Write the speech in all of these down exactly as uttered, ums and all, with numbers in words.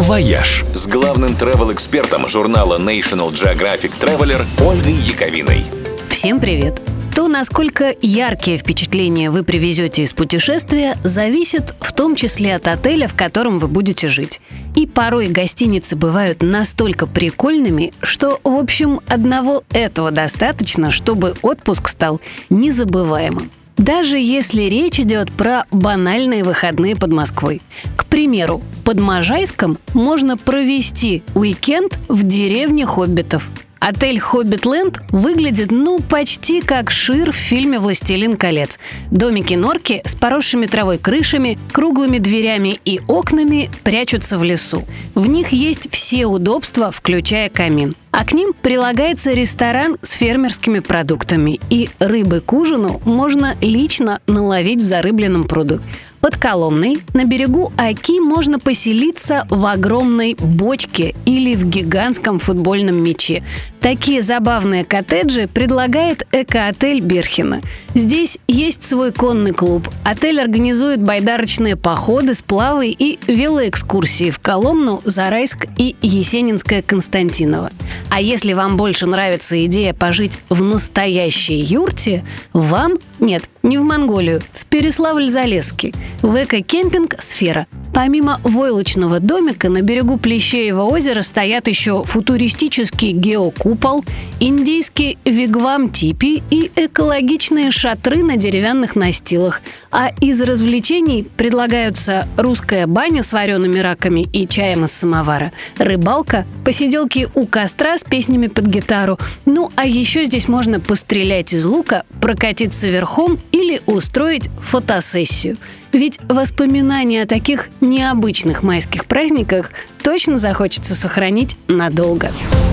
«Вояж» с главным travel-экспертом журнала National Geographic Traveler Ольгой Яковиной. Всем привет! То, насколько яркие впечатления вы привезете из путешествия, зависит в том числе от отеля, в котором вы будете жить. И порой гостиницы бывают настолько прикольными, что, в общем, одного этого достаточно, чтобы отпуск стал незабываемым. Даже если речь идет про банальные выходные под Москвой. К примеру, под Можайском можно провести уикенд в деревне хоббитов. Отель «Хоббитленд» выглядит, ну, почти как Шир в фильме «Властелин колец». Домики-норки с поросшими травой крышами, круглыми дверями и окнами прячутся в лесу. В них есть все удобства, включая камин. А к ним прилагается ресторан с фермерскими продуктами. И рыбы к ужину можно лично наловить в зарыбленном пруду. Под Коломной на берегу Оки можно поселиться в огромной бочке или в гигантском футбольном мяче. Такие забавные коттеджи предлагает эко-отель Берхина. Здесь есть свой конный клуб. Отель организует байдарочные походы, сплавы и велоэкскурсии в Коломну, Зарайск и Есенинское-Константиново. А если вам больше нравится идея пожить в настоящей юрте, вам, нет, не в Монголию, в Переславль-Залесский, в эко-кемпинг «Сфера». Помимо войлочного домика на берегу Плещеева озера стоят еще футуристический геокупол, индийский вигвам-типи и экологичные шатры на деревянных настилах. А из развлечений предлагаются русская баня с вареными раками и чаем из самовара, рыбалка, посиделки у костра с песнями под гитару. Ну, а еще здесь можно пострелять из лука, прокатиться верхом или устроить фотосессию. Ведь воспоминания о таких необычных майских праздниках точно захочется сохранить надолго.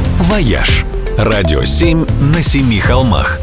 «Вояж» – радио семь на семи холмах.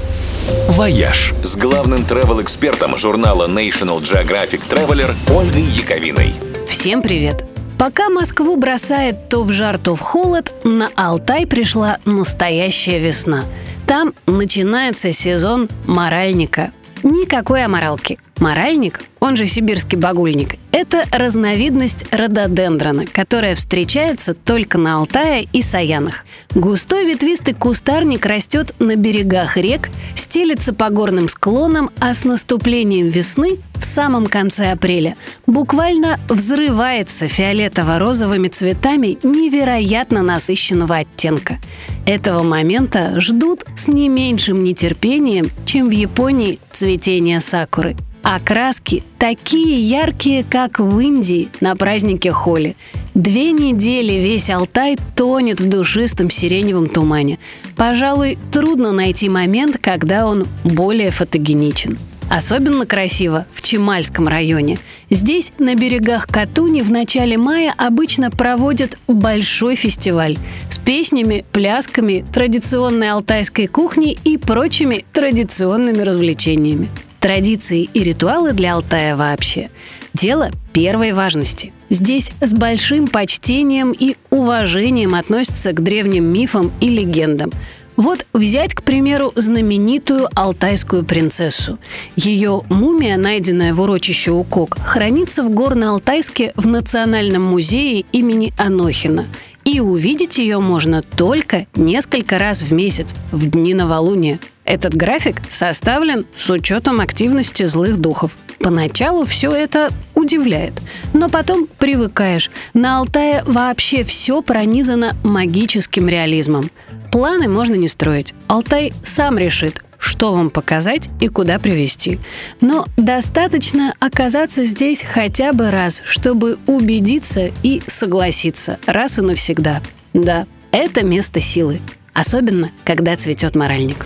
«Вояж» с главным travel-экспертом журнала National Geographic Traveler Ольгой Яковиной. Всем привет! Пока Москву бросает то в жар, то в холод, на Алтай пришла настоящая весна. Там начинается сезон моральника. Никакой аморалки. Моральник, он же сибирский багульник, это разновидность рододендрона, которая встречается только на Алтае и Саянах. Густой ветвистый кустарник растет на берегах рек, стелется по горным склонам, а с наступлением весны, в самом конце апреля, буквально взрывается фиолетово-розовыми цветами невероятно насыщенного оттенка. Этого момента ждут с не меньшим нетерпением, чем в Японии цветение сакуры. А краски такие яркие, как в Индии на празднике Холи. Две недели весь Алтай тонет в душистом сиреневом тумане. Пожалуй, трудно найти момент, когда он более фотогеничен. Особенно красиво в Чемальском районе. Здесь, на берегах Катуни, в начале мая обычно проводят большой фестиваль с песнями, плясками, традиционной алтайской кухней и прочими традиционными развлечениями. Традиции и ритуалы для Алтая вообще – дело первой важности. Здесь с большим почтением и уважением относятся к древним мифам и легендам. Вот взять, к примеру, знаменитую алтайскую принцессу. Ее мумия, найденная в урочище Укок, хранится в Горно-Алтайске в Национальном музее имени Анохина. И увидеть ее можно только несколько раз в месяц, в дни новолуния. Этот график составлен с учетом активности злых духов. Поначалу все это удивляет, но потом привыкаешь. На Алтае вообще все пронизано магическим реализмом. Планы можно не строить. Алтай сам решит, что вам показать и куда привезти. Но достаточно оказаться здесь хотя бы раз, чтобы убедиться и согласиться раз и навсегда. Да, это место силы. Особенно, когда цветет моральник.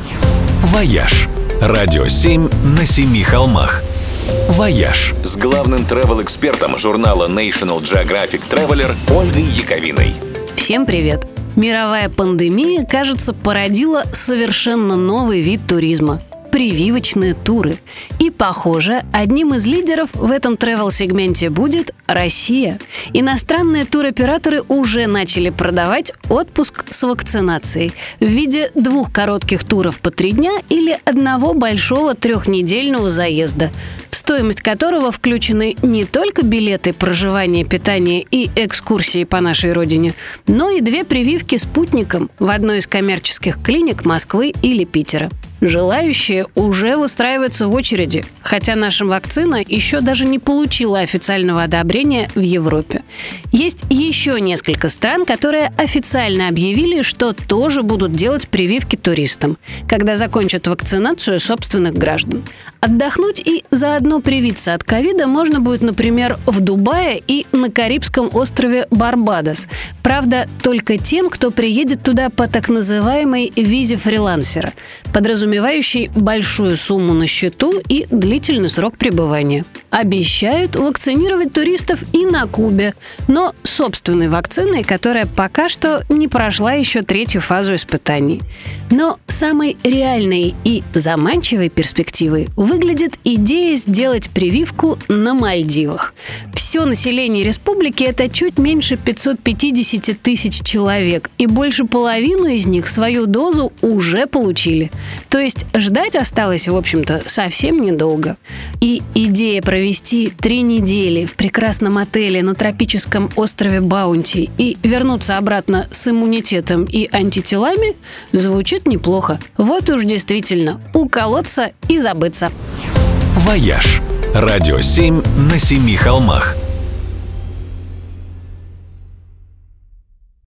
«Вояж» – радио семь на семи холмах. «Вояж» с главным travel-экспертом журнала National Geographic Traveler Ольгой Яковиной. Всем привет! Мировая пандемия, кажется, породила совершенно новый вид туризма. прививочные туры. И, похоже, одним из лидеров в этом тревел-сегменте будет Россия. Иностранные туроператоры уже начали продавать отпуск с вакцинацией в виде двух коротких туров по три дня или одного большого трехнедельного заезда, в стоимость которого включены не только билеты, проживание, питание и экскурсии по нашей родине, но и две прививки спутником в одной из коммерческих клиник Москвы или Питера. Желающие уже выстраиваются в очереди, хотя наша вакцина еще даже не получила официального одобрения в Европе. Есть еще несколько стран, которые официально объявили, что тоже будут делать прививки туристам, когда закончат вакцинацию собственных граждан. Отдохнуть и заодно привиться от ковида можно будет, например, в Дубае и на Карибском острове Барбадос. Правда, только тем, кто приедет туда по так называемой визе фрилансера, подразумевающей большую сумму на счету и длительный срок пребывания. Обещают вакцинировать туристов и на Кубе, но собственной вакциной, которая пока что не прошла еще третью фазу испытаний. Но самой реальной и заманчивой перспективой выглядит идея сделать прививку на Мальдивах. Все население республики – это чуть меньше пятьсот пятьдесят тысяч человек, и больше половины из них свою дозу уже получили. То есть ждать осталось, в общем-то, совсем недолго. И идея провести три недели в прекрасном отеле на тропическом острове Баунти и вернуться обратно с иммунитетом и антителами звучит неплохо. Вот уж действительно, уколоться и забыться. «Вояж». Радио семь на семи холмах.